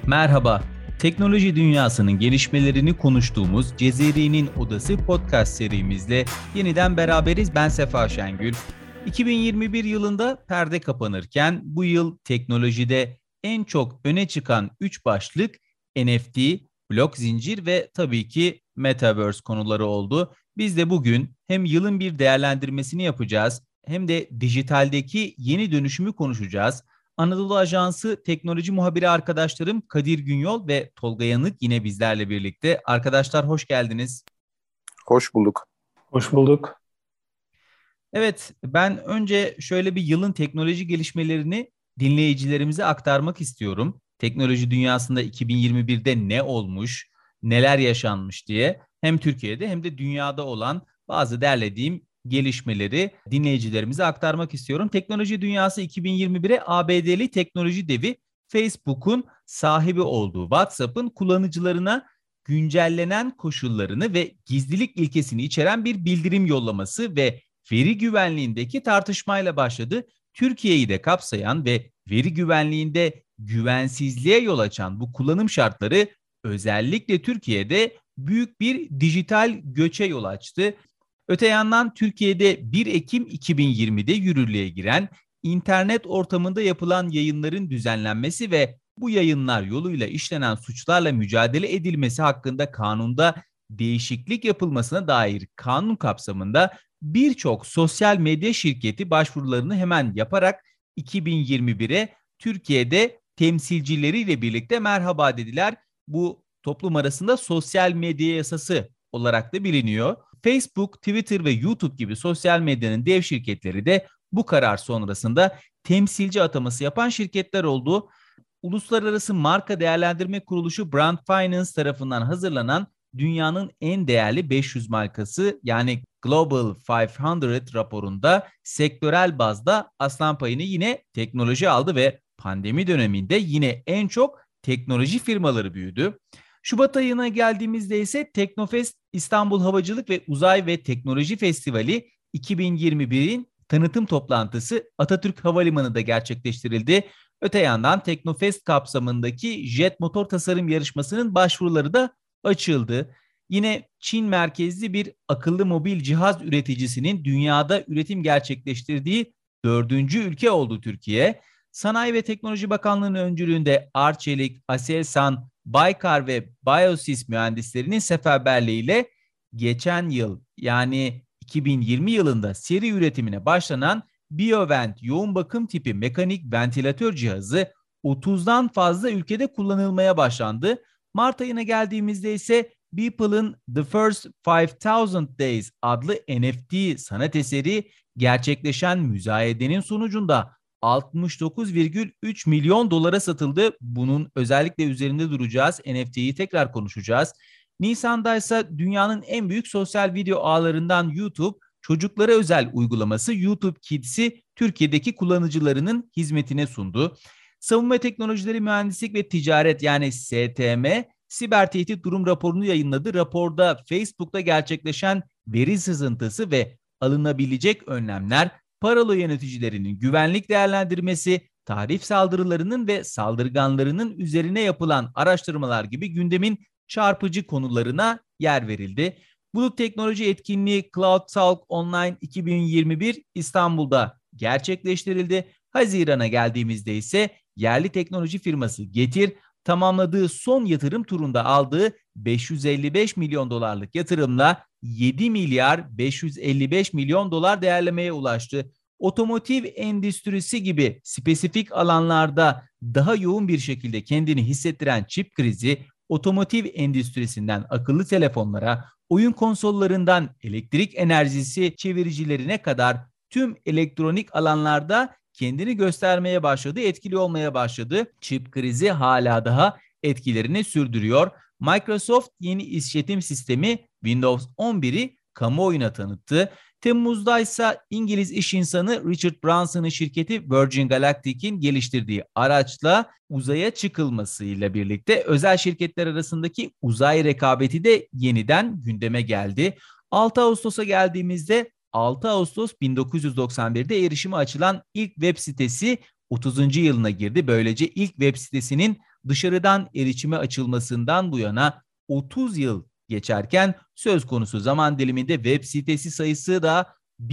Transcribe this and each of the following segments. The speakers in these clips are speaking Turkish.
Merhaba, teknoloji dünyasının gelişmelerini konuştuğumuz Cezeri'nin Odası podcast serimizle yeniden beraberiz. Ben Sefa Şengül. 2021 yılında perde kapanırken bu yıl teknolojide en çok öne çıkan 3 başlık NFT, blok zincir ve tabii ki Metaverse konuları oldu. Biz de bugün hem yılın bir değerlendirmesini yapacağız hem de dijitaldeki yeni dönüşümü konuşacağız. Anadolu Ajansı teknoloji muhabiri arkadaşlarım Kadir Günyol ve Tolga Yanık yine bizlerle birlikte. Arkadaşlar hoş geldiniz. Hoş bulduk. Hoş bulduk. Evet, ben önce şöyle bir yılın teknoloji gelişmelerini dinleyicilerimize aktarmak istiyorum. Teknoloji dünyasında 2021'de ne olmuş, neler yaşanmış diye hem Türkiye'de hem de dünyada olan bazı derlediğim gelişmeleri dinleyicilerimize aktarmak istiyorum. Teknoloji dünyası 2021'e ABD'li teknoloji devi Facebook'un sahibi olduğu WhatsApp'ın kullanıcılarına güncellenen koşullarını ve gizlilik ilkesini içeren bir bildirim yollaması ve veri güvenliğindeki tartışmayla başladı. Türkiye'yi de kapsayan ve veri güvenliğinde güvensizliğe yol açan bu kullanım şartları özellikle Türkiye'de büyük bir dijital göçe yol açtı. Öte yandan Türkiye'de 1 Ekim 2020'de yürürlüğe giren internet ortamında yapılan yayınların düzenlenmesi ve bu yayınlar yoluyla işlenen suçlarla mücadele edilmesi hakkında kanunda değişiklik yapılmasına dair kanun kapsamında birçok sosyal medya şirketi başvurularını hemen yaparak 2021'e Türkiye'de temsilcileriyle birlikte merhaba dediler. Bu toplum arasında sosyal medya yasası olarak da biliniyor. Facebook, Twitter ve YouTube gibi sosyal medyanın dev şirketleri de bu karar sonrasında temsilci ataması yapan şirketler oldu. Uluslararası Marka Değerlendirme Kuruluşu Brand Finance tarafından hazırlanan dünyanın en değerli 500 markası yani Global 500 raporunda sektörel bazda aslan payını yine teknoloji aldı ve pandemi döneminde yine en çok teknoloji firmaları büyüdü. Şubat ayına geldiğimizde ise Teknofest İstanbul Havacılık ve Uzay ve Teknoloji Festivali 2021'in tanıtım toplantısı Atatürk Havalimanı'nda gerçekleştirildi. Öte yandan Teknofest kapsamındaki jet motor tasarım yarışmasının başvuruları da açıldı. Yine Çin merkezli bir akıllı mobil cihaz üreticisinin dünyada üretim gerçekleştirdiği 4. ülke oldu Türkiye. Sanayi ve Teknoloji Bakanlığı'nın öncülüğünde Arçelik, Aselsan, Baykar ve Biosys mühendislerinin seferberliğiyle geçen yıl yani 2020 yılında seri üretimine başlanan BioVent yoğun bakım tipi mekanik ventilatör cihazı 30'dan fazla ülkede kullanılmaya başlandı. Mart ayına geldiğimizde ise Beeple'ın The First 5000 Days adlı NFT sanat eseri gerçekleşen müzayedenin sonucunda 69,3 milyon dolara satıldı. Bunun özellikle üzerinde duracağız. NFT'yi tekrar konuşacağız. Nisan'da ise dünyanın en büyük sosyal video ağlarından YouTube, çocuklara özel uygulaması YouTube Kids'i Türkiye'deki kullanıcılarının hizmetine sundu. Savunma Teknolojileri Mühendislik ve Ticaret yani STM, siber tehdit durum raporunu yayınladı. Raporda Facebook'ta gerçekleşen veri sızıntısı ve alınabilecek önlemler, paralo yöneticilerinin güvenlik değerlendirmesi, tarif saldırılarının ve saldırganlarının üzerine yapılan araştırmalar gibi gündemin çarpıcı konularına yer verildi. Bulut Teknoloji Etkinliği Cloud Talk Online 2021 İstanbul'da gerçekleştirildi. Haziran'a geldiğimizde ise yerli teknoloji firması Getir tamamladığı son yatırım turunda aldığı 555 milyon dolarlık yatırımla 7 milyar 555 milyon dolar değerlemeye ulaştı. Otomotiv endüstrisi gibi spesifik alanlarda daha yoğun bir şekilde kendini hissettiren çip krizi, otomotiv endüstrisinden akıllı telefonlara, oyun konsollarından elektrik enerjisi çeviricilerine kadar tüm elektronik alanlarda kendini göstermeye başladı, etkili olmaya başladı. Çip krizi hala daha etkilerini sürdürüyor. Microsoft yeni işletim sistemi Windows 11'i kamuoyuna tanıttı. Temmuz'da ise İngiliz iş insanı Richard Branson'ın şirketi Virgin Galactic'in geliştirdiği araçla uzaya çıkılmasıyla birlikte özel şirketler arasındaki uzay rekabeti de yeniden gündeme geldi. 6 Ağustos'a geldiğimizde 6 Ağustos 1991'de erişime açılan ilk web sitesi 30. yılına girdi. Böylece ilk web sitesinin dışarıdan erişime açılmasından bu yana 30 yıl geçerken söz konusu zaman diliminde web sitesi sayısı da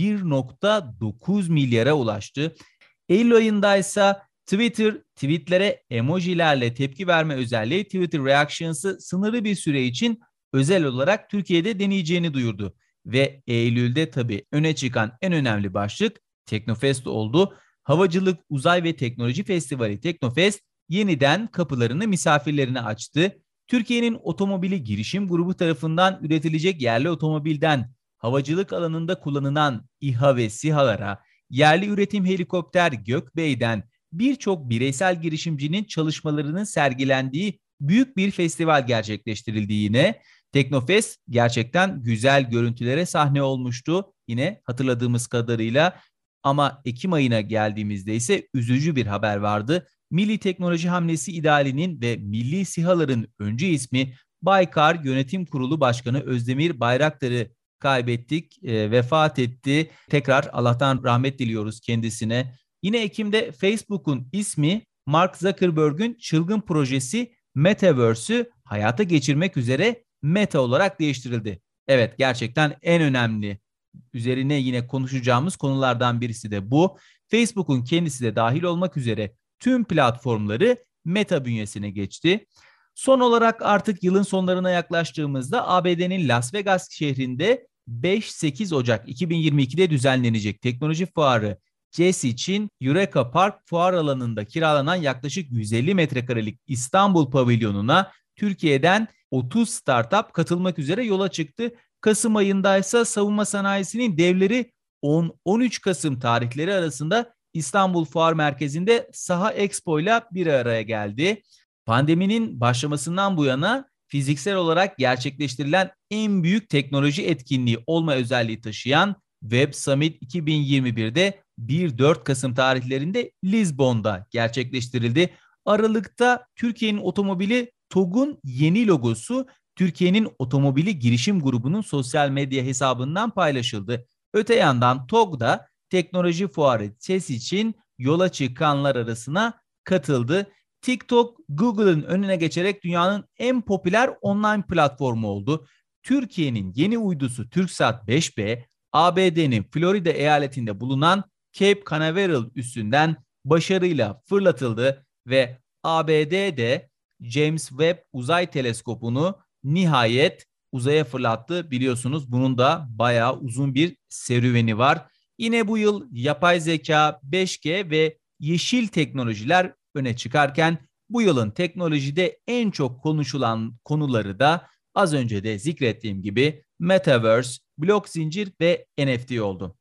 1,9 milyara ulaştı. Eylül ayında ise Twitter, tweetlere emojilerle tepki verme özelliği Twitter Reactions'ı sınırlı bir süre için özel olarak Türkiye'de deneyeceğini duyurdu. Ve Eylül'de tabii öne çıkan en önemli başlık Teknofest oldu. Havacılık, Uzay ve Teknoloji Festivali Teknofest yeniden kapılarını misafirlerine açtı. Türkiye'nin otomobili girişim grubu tarafından üretilecek yerli otomobilden havacılık alanında kullanılan İHA ve SİHA'lara, yerli üretim helikopter Gökbey'den birçok bireysel girişimcinin çalışmalarının sergilendiği büyük bir festival gerçekleştirildi yine. Teknofest gerçekten güzel görüntülere sahne olmuştu yine hatırladığımız kadarıyla. Ama Ekim ayına geldiğimizde ise üzücü bir haber vardı. Milli Teknoloji Hamlesi İdeali'nin ve Milli SİHA'ların öncü ismi Baykar Yönetim Kurulu Başkanı Özdemir Bayraktar'ı kaybettik, vefat etti. Tekrar Allah'tan rahmet diliyoruz kendisine. Yine Ekim'de Facebook'un ismi Mark Zuckerberg'ün çılgın projesi Metaverse'ü hayata geçirmek üzere Meta olarak değiştirildi. Evet, gerçekten en önemli üzerine yine konuşacağımız konulardan birisi de bu. Facebook'un kendisi de dahil olmak üzere tüm platformları Meta bünyesine geçti. Son olarak artık yılın sonlarına yaklaştığımızda ABD'nin Las Vegas şehrinde 5-8 Ocak 2022'de düzenlenecek teknoloji fuarı CES için Eureka Park fuar alanında kiralanan yaklaşık 150 metrekarelik İstanbul pavilyonuna Türkiye'den 30 startup katılmak üzere yola çıktı. Kasım ayında ise savunma sanayisinin devleri 10-13 Kasım tarihleri arasında İstanbul Fuar Merkezi'nde Saha Expo ile bir araya geldi. Pandeminin başlamasından bu yana fiziksel olarak gerçekleştirilen en büyük teknoloji etkinliği olma özelliği taşıyan Web Summit 2021'de 1-4 Kasım tarihlerinde Lizbon'da gerçekleştirildi. Aralıkta Türkiye'nin otomobili TOG'un yeni logosu Türkiye'nin otomobili girişim grubunun sosyal medya hesabından paylaşıldı. Öte yandan TOG da teknoloji fuarı CES için yola çıkanlar arasına katıldı. TikTok, Google'ın önüne geçerek dünyanın en popüler online platformu oldu. Türkiye'nin yeni uydusu TürkSat 5B, ABD'nin Florida eyaletinde bulunan Cape Canaveral üssünden başarıyla fırlatıldı ve ABD'de James Webb Uzay Teleskobu'nu nihayet uzaya fırlattı. Biliyorsunuz bunun da bayağı uzun bir serüveni var. Yine bu yıl yapay zeka, 5G ve yeşil teknolojiler öne çıkarken bu yılın teknolojide en çok konuşulan konuları da az önce de zikrettiğim gibi Metaverse, blok zincir ve NFT oldu.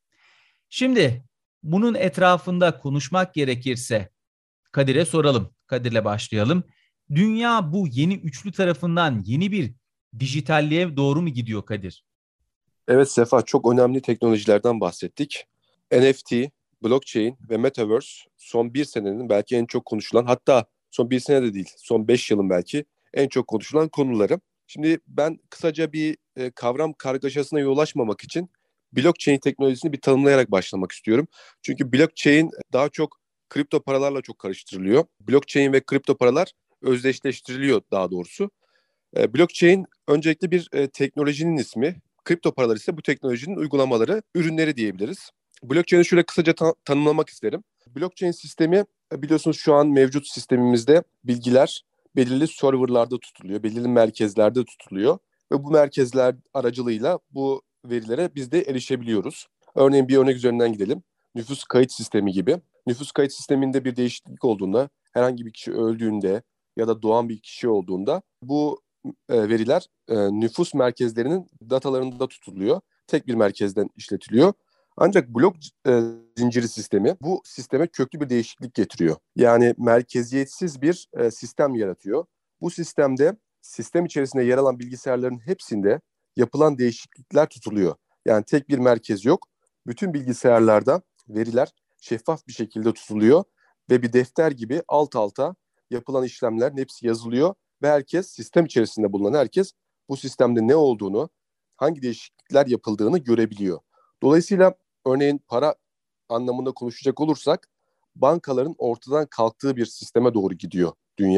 Şimdi bunun etrafında konuşmak gerekirse Kadir'e soralım. Kadir'le başlayalım. Dünya bu yeni üçlü tarafından yeni bir dijitalliğe doğru mu gidiyor Kadir? Evet Sefa, çok önemli teknolojilerden bahsettik. NFT, blockchain ve Metaverse son bir senenin belki en çok konuşulan, hatta son bir sene de değil, son 5 yılın belki en çok konuşulan konuları. Şimdi ben kısaca bir kavram kargaşasına yol açmamak için blockchain teknolojisini bir tanımlayarak başlamak istiyorum. Çünkü blockchain daha çok kripto paralarla çok karıştırılıyor. Blockchain ve kripto paralar özdeşleştiriliyor daha doğrusu. Blockchain öncelikle bir teknolojinin ismi. Kripto paralar ise bu teknolojinin uygulamaları, ürünleri diyebiliriz. Blockchain'i şöyle kısaca tanımlamak isterim. Blockchain sistemi biliyorsunuz şu an mevcut sistemimizde bilgiler belirli serverlarda tutuluyor, belirli merkezlerde tutuluyor ve bu merkezler aracılığıyla bu verilere biz de erişebiliyoruz. Örneğin bir örnek üzerinden gidelim. Nüfus kayıt sistemi gibi. Nüfus kayıt sisteminde bir değişiklik olduğunda, herhangi bir kişi öldüğünde ya da doğan bir kişi olduğunda bu veriler nüfus merkezlerinin datalarında tutuluyor. Tek bir merkezden işletiliyor. Ancak blok zinciri sistemi bu sisteme köklü bir değişiklik getiriyor. Yani merkeziyetsiz bir sistem yaratıyor. Bu sistemde sistem içerisinde yer alan bilgisayarların hepsinde yapılan değişiklikler tutuluyor. Yani tek bir merkez yok. Bütün bilgisayarlarda veriler şeffaf bir şekilde tutuluyor ve bir defter gibi alt alta yapılan işlemlerin hepsi yazılıyor ve herkes, sistem içerisinde bulunan herkes bu sistemde ne olduğunu, hangi değişiklikler yapıldığını görebiliyor. Dolayısıyla örneğin para anlamında konuşacak olursak bankaların ortadan kalktığı bir sisteme doğru gidiyor dünya.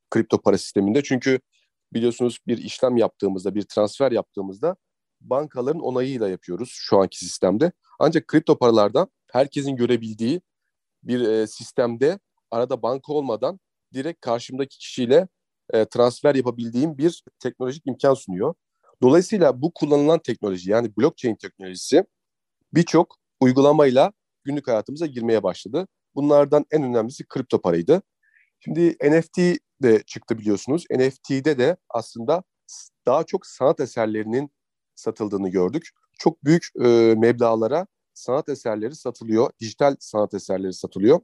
kripto para sisteminde. Çünkü biliyorsunuz bir işlem yaptığımızda, bir transfer yaptığımızda bankaların onayıyla yapıyoruz şu anki sistemde. Ancak kripto paralarda herkesin görebildiği bir sistemde arada banka olmadan direkt karşımdaki kişiyle transfer yapabildiğim bir teknolojik imkan sunuyor. Dolayısıyla bu kullanılan teknoloji, yani blockchain teknolojisi birçok uygulamayla günlük hayatımıza girmeye başladı. Bunlardan en önemlisi kripto paraydı. Şimdi NFT de çıktı biliyorsunuz. NFT'de de aslında daha çok sanat eserlerinin satıldığını gördük. Çok büyük meblağlara sanat eserleri satılıyor. Dijital sanat eserleri satılıyor.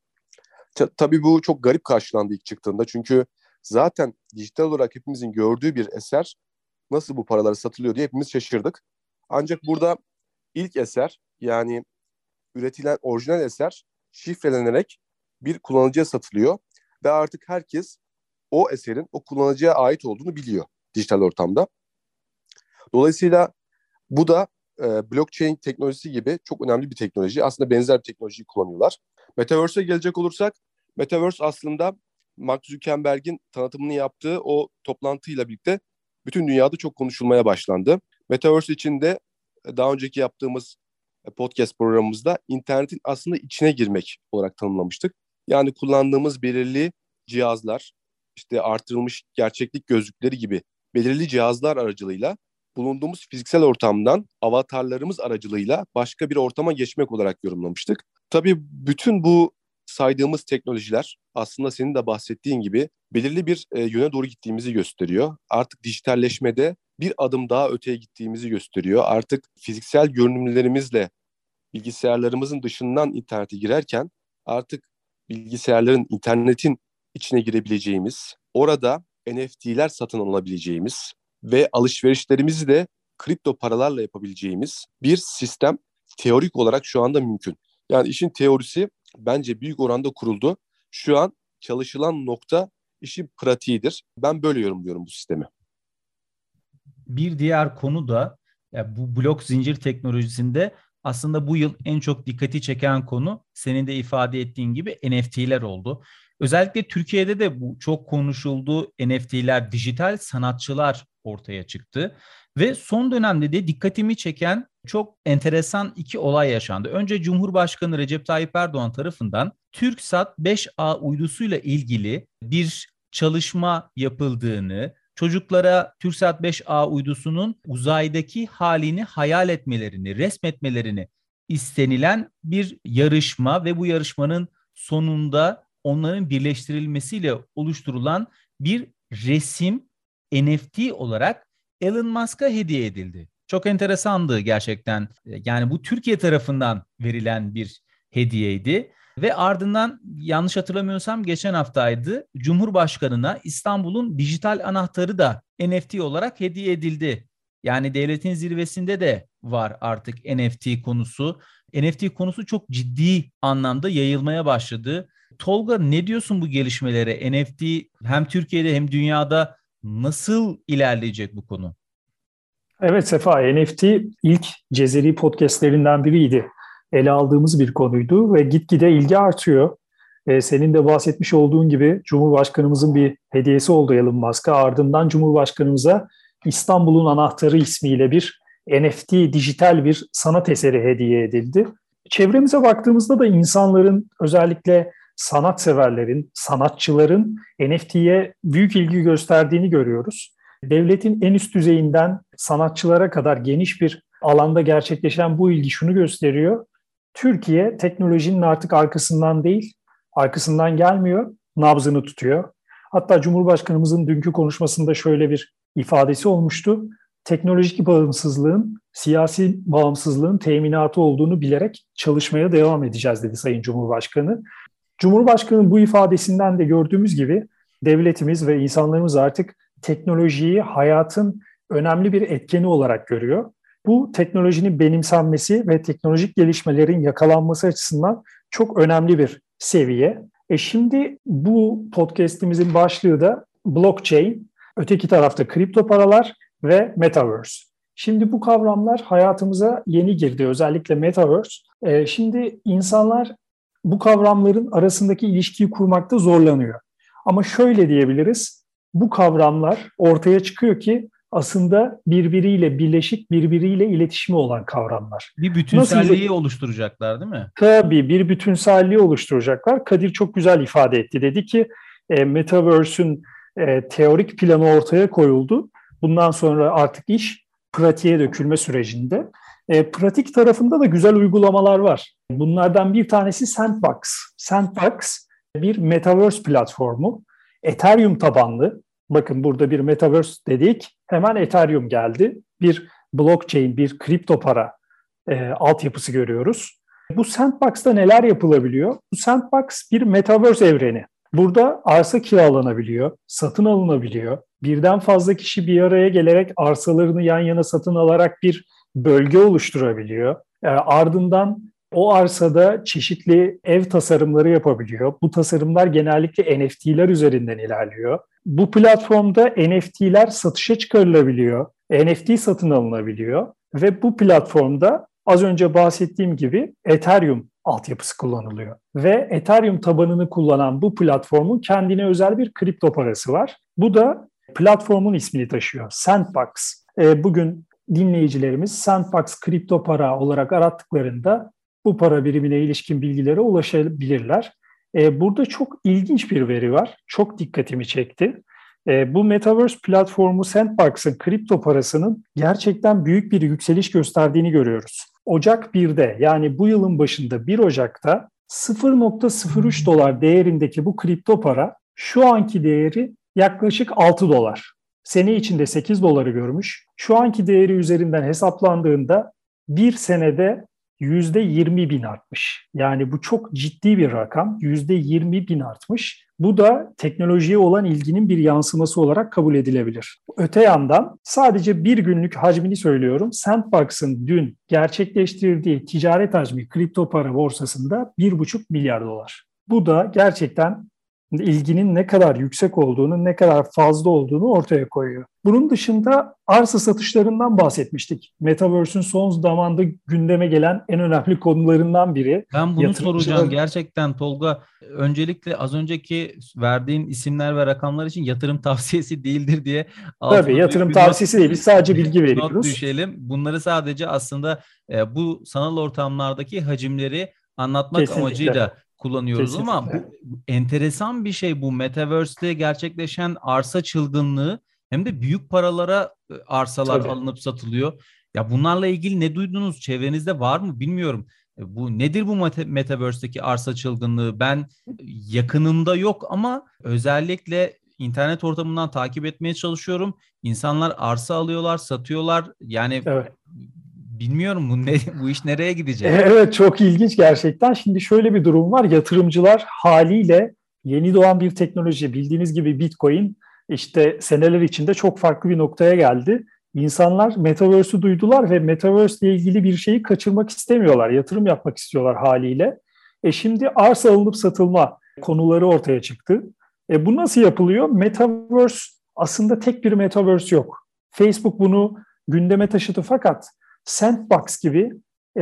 Tabii bu çok garip karşılandı ilk çıktığında. Çünkü zaten dijital olarak hepimizin gördüğü bir eser nasıl bu paralara satılıyor diye hepimiz şaşırdık. Ancak burada ilk eser, yani üretilen orijinal eser şifrelenerek bir kullanıcıya satılıyor ve artık herkes o eserin o kullanıcıya ait olduğunu biliyor dijital ortamda. Dolayısıyla bu da blockchain teknolojisi gibi çok önemli bir teknoloji. Aslında benzer bir teknolojiyi kullanıyorlar. Metaverse'e gelecek olursak, Metaverse aslında Mark Zuckerberg'in tanıtımını yaptığı o toplantıyla birlikte bütün dünyada çok konuşulmaya başlandı. Metaverse içinde daha önceki yaptığımız podcast programımızda internetin aslında içine girmek olarak tanımlamıştık. Yani kullandığımız belirli cihazlar, işte artırılmış gerçeklik gözlükleri gibi belirli cihazlar aracılığıyla bulunduğumuz fiziksel ortamdan avatarlarımız aracılığıyla başka bir ortama geçmek olarak yorumlamıştık. Tabii bütün bu saydığımız teknolojiler aslında senin de bahsettiğin gibi belirli bir yöne doğru gittiğimizi gösteriyor. Artık dijitalleşmede bir adım daha öteye gittiğimizi gösteriyor. Artık fiziksel görünümlerimizle bilgisayarlarımızın dışından internete girerken artık bilgisayarların, internetin içine girebileceğimiz, orada NFT'ler satın alabileceğimiz ve alışverişlerimizi de kripto paralarla yapabileceğimiz bir sistem teorik olarak şu anda mümkün. Yani işin teorisi bence büyük oranda kuruldu. Şu an çalışılan nokta işin pratiğidir. Ben böyle yorumluyorum bu sistemi. Bir diğer konu da ya bu blok zincir teknolojisinde aslında bu yıl en çok dikkati çeken konu senin de ifade ettiğin gibi NFT'ler oldu. Özellikle Türkiye'de de bu çok konuşuldu. NFT'ler, dijital sanatçılar ortaya çıktı. Ve son dönemde de dikkatimi çeken çok enteresan iki olay yaşandı. Önce Cumhurbaşkanı Recep Tayyip Erdoğan tarafından TürkSat 5A uydusuyla ilgili bir çalışma yapıldığını, çocuklara TürkSat 5A uydusunun uzaydaki halini hayal etmelerini, resmetmelerini istenilen bir yarışma ve bu yarışmanın sonunda onların birleştirilmesiyle oluşturulan bir resim NFT olarak Elon Musk'a hediye edildi. Çok enteresandı gerçekten. Yani bu Türkiye tarafından verilen bir hediyeydi. Ve ardından yanlış hatırlamıyorsam geçen haftaydı Cumhurbaşkanı'na İstanbul'un dijital anahtarı da NFT olarak hediye edildi. Yani devletin zirvesinde de var artık NFT konusu. NFT konusu çok ciddi anlamda yayılmaya başladı. Tolga, ne diyorsun bu gelişmelere? NFT hem Türkiye'de hem dünyada nasıl ilerleyecek bu konu? Evet Sefa, NFT ilk Cezeri podcastlerinden biriydi. Ele aldığımız bir konuydu ve gitgide ilgi artıyor. Senin de bahsetmiş olduğun gibi Cumhurbaşkanımızın bir hediyesi oldu Elon Musk'a. Ardından Cumhurbaşkanımıza İstanbul'un Anahtarı ismiyle bir NFT, dijital bir sanat eseri hediye edildi. Çevremize baktığımızda da insanların, özellikle sanatseverlerin, sanatçıların NFT'ye büyük ilgi gösterdiğini görüyoruz. Devletin en üst düzeyinden sanatçılara kadar geniş bir alanda gerçekleşen bu ilgi şunu gösteriyor. Türkiye teknolojinin artık arkasından değil, arkasından gelmiyor, nabzını tutuyor. Hatta Cumhurbaşkanımızın dünkü konuşmasında şöyle bir ifadesi olmuştu. Teknolojik bağımsızlığın, siyasi bağımsızlığın teminatı olduğunu bilerek çalışmaya devam edeceğiz dedi Sayın Cumhurbaşkanı. Cumhurbaşkanı'nın bu ifadesinden de gördüğümüz gibi devletimiz ve insanlarımız artık teknolojiyi hayatın önemli bir etkeni olarak görüyor. Bu teknolojinin benimsenmesi ve teknolojik gelişmelerin yakalanması açısından çok önemli bir seviye. Şimdi bu podcast'imizin başlığı da blockchain, öteki tarafta kripto paralar ve metaverse. Şimdi bu kavramlar hayatımıza yeni girdi, özellikle metaverse. Şimdi insanlar bu kavramların arasındaki ilişkiyi kurmakta zorlanıyor. Ama şöyle diyebiliriz, bu kavramlar ortaya çıkıyor ki aslında birbiriyle birleşik, birbiriyle iletişimi olan kavramlar. Bir Nasıl bütünselliği oluşturacaklar değil mi? Tabii bir bütünselliği oluşturacaklar. Kadir çok güzel ifade etti. Dedi ki Metaverse'ün teorik planı ortaya koyuldu. Bundan sonra artık iş pratiğe dökülme sürecinde. Pratik tarafında da güzel uygulamalar var. Bunlardan bir tanesi Sandbox. Sandbox bir Metaverse platformu. Ethereum tabanlı. Bakın burada bir Metaverse dedik. Hemen Ethereum geldi. Bir blockchain, bir kripto para altyapısı görüyoruz. Bu Sandbox'ta neler yapılabiliyor? Bu Sandbox bir Metaverse evreni. Burada arsa kiralanabiliyor, satın alınabiliyor. Birden fazla kişi bir araya gelerek arsalarını yan yana satın alarak bir bölge oluşturabiliyor. Ardından o arsada çeşitli ev tasarımları yapabiliyor. Bu tasarımlar genellikle NFT'ler üzerinden ilerliyor. Bu platformda NFT'ler satışa çıkarılabiliyor. NFT satın alınabiliyor ve bu platformda az önce bahsettiğim gibi Ethereum altyapısı kullanılıyor. Ve Ethereum tabanını kullanan bu platformun kendine özel bir kripto parası var. Bu da platformun ismini taşıyor. Sandbox. Bugün dinleyicilerimiz Sandbox kripto para olarak arattıklarında bu para birimine ilişkin bilgilere ulaşabilirler. Burada çok ilginç bir veri var. Çok dikkatimi çekti. Bu Metaverse platformu Sandbox'ın kripto parasının gerçekten büyük bir yükseliş gösterdiğini görüyoruz. Ocak 1'de yani bu yılın başında 1 Ocak'ta 0,03 dolar değerindeki bu kripto para şu anki değeri yaklaşık 6 dolar. Sene içinde 8 doları görmüş. Şu anki değeri üzerinden hesaplandığında bir senede %20.000 artmış. Yani bu çok ciddi bir rakam. %20.000 artmış. Bu da teknolojiye olan ilginin bir yansıması olarak kabul edilebilir. Öte yandan sadece bir günlük hacmini söylüyorum. Sandbox'ın dün gerçekleştirdiği ticaret hacmi kripto para borsasında 1,5 milyar dolar. Bu da gerçekten ilginin ne kadar yüksek olduğunu, ne kadar fazla olduğunu ortaya koyuyor. Bunun dışında arsa satışlarından bahsetmiştik. Metaverse'ün son zamanda gündeme gelen en önemli konularından biri. Ben bunu soracağım gerçekten Tolga. Öncelikle az önceki verdiğin isimler ve rakamlar için yatırım tavsiyesi değildir diye tabii yatırım tavsiyesi değil. Biz sadece bilgi veriyoruz. Not düşelim. Bunları sadece aslında bu sanal ortamlardaki hacimleri anlatmak Kesinlikle amacıyla kullanıyoruz. Kesinlikle. Ama bu enteresan bir şey, bu Metaverse'te gerçekleşen arsa çılgınlığı, hem de büyük paralara arsalar alınıp satılıyor. Ya bunlarla ilgili ne duydunuz? Çevrenizde var mı bilmiyorum. Bu nedir bu Metaverse'deki arsa çılgınlığı? Ben yakınımda yok ama özellikle internet ortamından takip etmeye çalışıyorum. İnsanlar arsa alıyorlar, satıyorlar. Yani bilmiyorum bu iş nereye gidecek? Evet, çok ilginç gerçekten. Şimdi şöyle bir durum var. Yatırımcılar haliyle yeni doğan bir teknoloji, bildiğiniz gibi Bitcoin işte seneler içinde çok farklı bir noktaya geldi. İnsanlar Metaverse'ü duydular ve Metaverse ile ilgili bir şeyi kaçırmak istemiyorlar. Yatırım yapmak istiyorlar haliyle. Şimdi arsa alınıp satılma konuları ortaya çıktı. Bu nasıl yapılıyor? Metaverse aslında tek bir Metaverse yok. Facebook bunu gündeme taşıdı fakat Sandbox gibi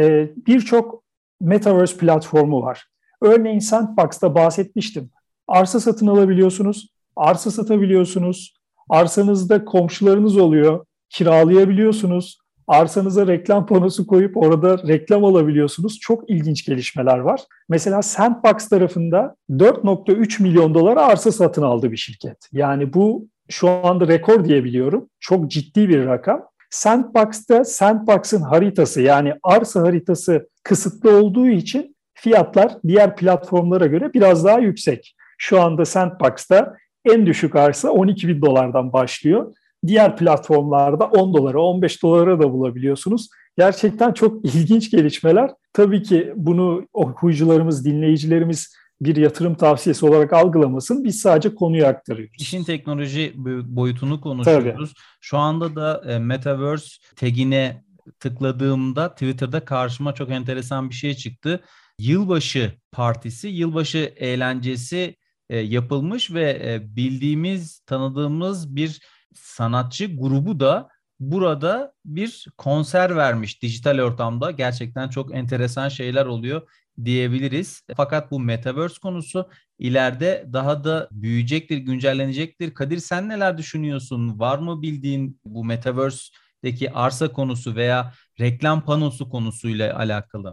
birçok Metaverse platformu var. Örneğin Sandbox'ta bahsetmiştim. Arsa satın alabiliyorsunuz, arsa satabiliyorsunuz, arsanızda komşularınız oluyor, kiralayabiliyorsunuz, arsanıza reklam panosu koyup orada reklam alabiliyorsunuz. Çok ilginç gelişmeler var. Mesela Sandbox tarafında 4,3 milyon dolara arsa satın aldı bir şirket. Yani bu şu anda rekor diyebiliyorum. Çok ciddi bir rakam. Sandbox'ta Sandbox'ın haritası yani arsa haritası kısıtlı olduğu için fiyatlar diğer platformlara göre biraz daha yüksek. Şu anda Sandbox'ta en düşük arsa 12 bin dolardan başlıyor. Diğer platformlarda 10 dolara, 15 dolara da bulabiliyorsunuz. Gerçekten çok ilginç gelişmeler. Tabii ki bunu okuyucularımız, dinleyicilerimiz bir yatırım tavsiyesi olarak algılamasın. Biz sadece konuyu aktarıyoruz. İşin teknoloji boyutunu konuşuyoruz. Tabii. Şu anda da Metaverse tagine tıkladığımda Twitter'da karşıma çok enteresan bir şey çıktı. Yılbaşı partisi, yılbaşı eğlencesi yapılmış ve bildiğimiz, tanıdığımız bir sanatçı grubu da burada bir konser vermiş dijital ortamda. Gerçekten çok enteresan şeyler oluyor diyebiliriz. Fakat bu Metaverse konusu ileride daha da büyüyecektir, güncellenecektir. Kadir, sen neler düşünüyorsun? Var mı bildiğin bu Metaverse'deki arsa konusu veya reklam panosu konusuyla alakalı?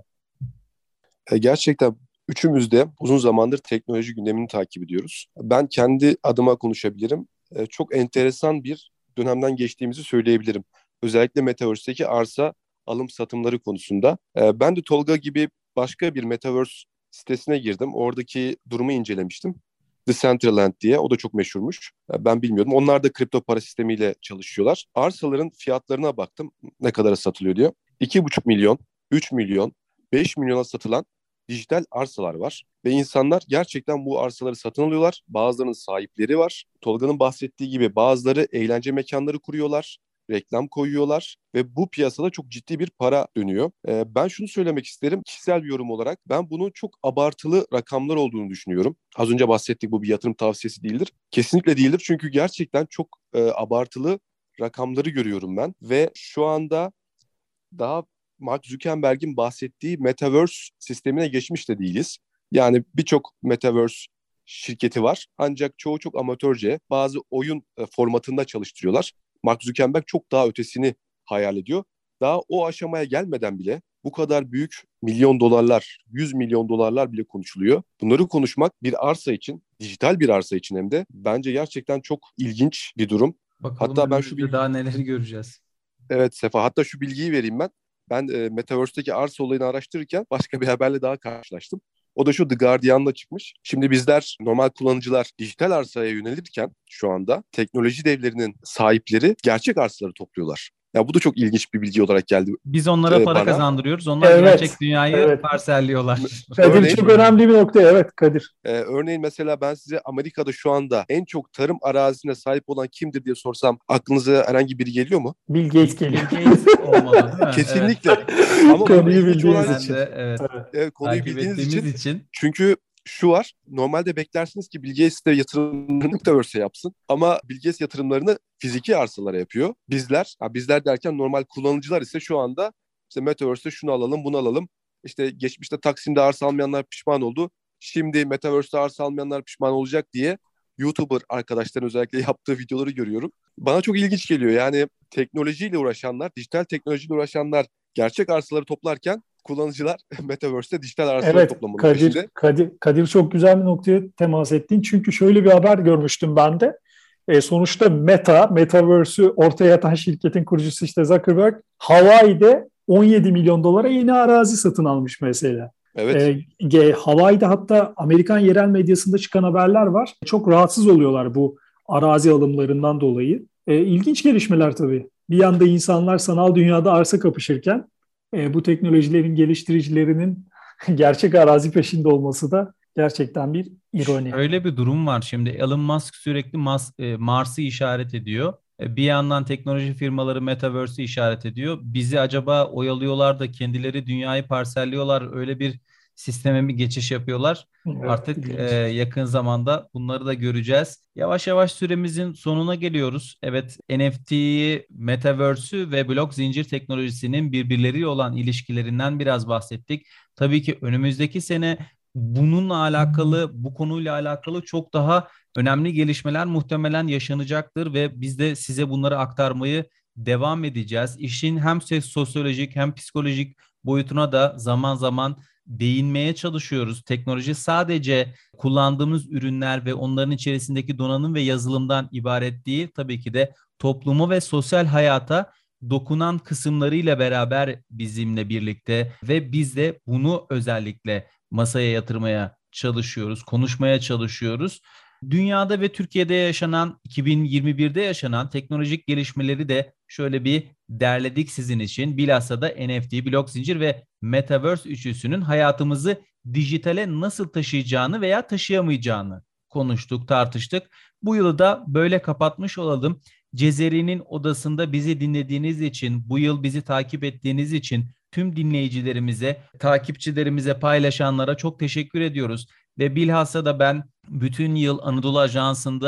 Gerçekten üçümüz de uzun zamandır teknoloji gündemini takip ediyoruz. Ben kendi adıma konuşabilirim. Çok enteresan bir dönemden geçtiğimizi söyleyebilirim. Özellikle Metaverse'deki arsa alım satımları konusunda. Ben de Tolga gibi başka bir Metaverse sitesine girdim. Oradaki durumu incelemiştim. Decentraland diye. O da çok meşhurmuş. Ben bilmiyordum. Onlar da kripto para sistemiyle çalışıyorlar. Arsaların fiyatlarına baktım. Ne kadara satılıyor diyor. 2,5 milyon, 3 milyon, 5 milyona satılan dijital arsalar var. Ve insanlar gerçekten bu arsaları satın alıyorlar. Bazılarının sahipleri var. Tolga'nın bahsettiği gibi bazıları eğlence mekanları kuruyorlar. Reklam koyuyorlar ve bu piyasada çok ciddi bir para dönüyor. Ben şunu söylemek isterim, kişisel bir yorum olarak ben bunun çok abartılı rakamlar olduğunu düşünüyorum. Az önce bahsettik, bu bir yatırım tavsiyesi değildir. Kesinlikle değildir çünkü gerçekten çok abartılı rakamları görüyorum ben ve şu anda daha Mark Zuckerberg'in bahsettiği Metaverse sistemine geçmiş de değiliz. Yani birçok Metaverse şirketi var ancak çoğu çok amatörce bazı oyun formatında çalıştırıyorlar. Mark Zuckerberg çok daha ötesini hayal ediyor. Daha o aşamaya gelmeden bile bu kadar büyük milyon dolarlar, 100 milyon dolarlar bile konuşuluyor. Bunları konuşmak bir arsa için, dijital bir arsa için hem de bence gerçekten çok ilginç bir durum. Bakalım Hatta ben şu önümüzde bilgi daha neleri göreceğiz. Evet Sefa, hatta şu bilgiyi vereyim ben. Ben Metaverse'deki arsa olayını araştırırken başka bir haberle daha karşılaştım. O da şu, The Guardian'la çıkmış. Şimdi bizler normal kullanıcılar dijital arsaya yönelirken şu anda teknoloji devlerinin sahipleri gerçek arsaları topluyorlar. Ya bu da çok ilginç bir bilgi olarak geldi Biz onlara para bana. kazandırıyoruz. Onlar Evet, gerçek dünyayı evet. parselliyorlar. Kadir Örneğin çok önemli bir nokta. Evet Kadir. Örneğin mesela ben size Amerika'da şu anda en çok tarım arazisine sahip olan kimdir diye sorsam aklınıza herhangi biri geliyor mu? Bill Gates Bill geliyor. Gates olmalı değil mi? Evet. Kesinlikle. Ama burada Konuyu ilginç olan bildiğimiz Ben için. de evet konuyu takip bildiğiniz ettiğimiz için, için. çünkü şu var, normalde beklersiniz ki Bill Gates de yatırımlarını Metaverse'e yapsın ama Bill Gates yatırımlarını fiziki arsalara yapıyor. Bizler derken normal kullanıcılar ise şu anda işte Metaverse'te şunu alalım, bunu alalım. İşte geçmişte Taksim'de arsa almayanlar pişman oldu. Şimdi Metaverse'te arsa almayanlar pişman olacak diye YouTuber arkadaşların özellikle yaptığı videoları görüyorum. Bana çok ilginç geliyor. Yani teknolojiyle uğraşanlar, dijital teknolojiyle uğraşanlar gerçek arsaları toplarken kullanıcılar Metaverse'te dijital arsaları Evet toplamanın Kadir, peşinde. Kadir çok güzel bir noktaya temas ettin. Çünkü şöyle bir haber görmüştüm ben de. Sonuçta Metaverse'ü ortaya atan şirketin kurucusu işte Zuckerberg, Hawaii'de 17 milyon dolara yeni arazi satın almış mesela. Evet. Hawaii'de hatta Amerikan yerel medyasında çıkan haberler var. Çok rahatsız oluyorlar bu arazi alımlarından dolayı. İlginç gelişmeler tabii. Bir yanda insanlar sanal dünyada arsa kapışırken bu teknolojilerin geliştiricilerinin gerçek arazi peşinde olması da gerçekten bir ironi. Şöyle bir durum var şimdi. Elon Musk sürekli Mars'ı işaret ediyor. Bir yandan teknoloji firmaları Metaverse'i işaret ediyor. Bizi acaba oyalıyorlar da kendileri dünyayı parselliyorlar. Öyle bir sisteme mi geçiş yapıyorlar? Evet, Artık ilginç. yakın zamanda bunları da göreceğiz. Yavaş yavaş süremizin sonuna geliyoruz. Evet, NFT'yi, Metaverse'ü ve blok zincir teknolojisinin birbirleriyle olan ilişkilerinden biraz bahsettik. Tabii ki önümüzdeki sene bununla alakalı, bu konuyla alakalı çok daha önemli gelişmeler muhtemelen yaşanacaktır ve biz de size bunları aktarmayı devam edeceğiz. İşin hem sosyolojik hem psikolojik boyutuna da zaman zaman değinmeye çalışıyoruz. Teknoloji sadece kullandığımız ürünler ve onların içerisindeki donanım ve yazılımdan ibaret değil. Tabii ki de topluma ve sosyal hayata dokunan kısımlarıyla beraber bizimle birlikte ve biz de bunu özellikle masaya yatırmaya çalışıyoruz, konuşmaya çalışıyoruz. Dünyada ve Türkiye'de yaşanan, 2021'de yaşanan teknolojik gelişmeleri de şöyle bir derledik sizin için. Bilhassa da NFT, blok zincir ve Metaverse üçlüsünün hayatımızı dijitale nasıl taşıyacağını veya taşıyamayacağını konuştuk, tartıştık. Bu yılı da böyle kapatmış olalım. Cezeri'nin odasında bizi dinlediğiniz için, bu yıl bizi takip ettiğiniz için tüm dinleyicilerimize, takipçilerimize, paylaşanlara çok teşekkür ediyoruz. Ve bilhassa da ben bütün yıl Anadolu Ajansı'nda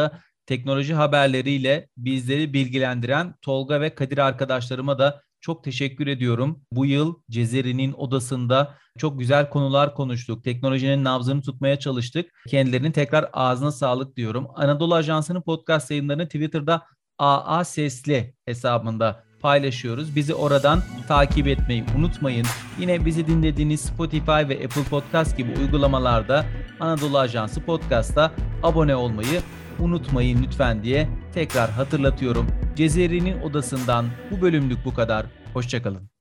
teknoloji haberleriyle bizleri bilgilendiren Tolga ve Kadir arkadaşlarıma da çok teşekkür ediyorum. Bu yıl Cezeri'nin odasında çok güzel konular konuştuk. Teknolojinin nabzını tutmaya çalıştık. Kendilerinin tekrar ağzına sağlık diyorum. Anadolu Ajansı'nın podcast yayınlarını Twitter'da AA Sesli hesabında paylaşıyoruz. Bizi oradan takip etmeyi unutmayın. Yine bizi dinlediğiniz Spotify ve Apple Podcast gibi uygulamalarda Anadolu Ajansı Podcast'a abone olmayı unutmayın lütfen diye tekrar hatırlatıyorum. Cezeri'nin odasından bu bölümlük bu kadar. Hoşça kalın.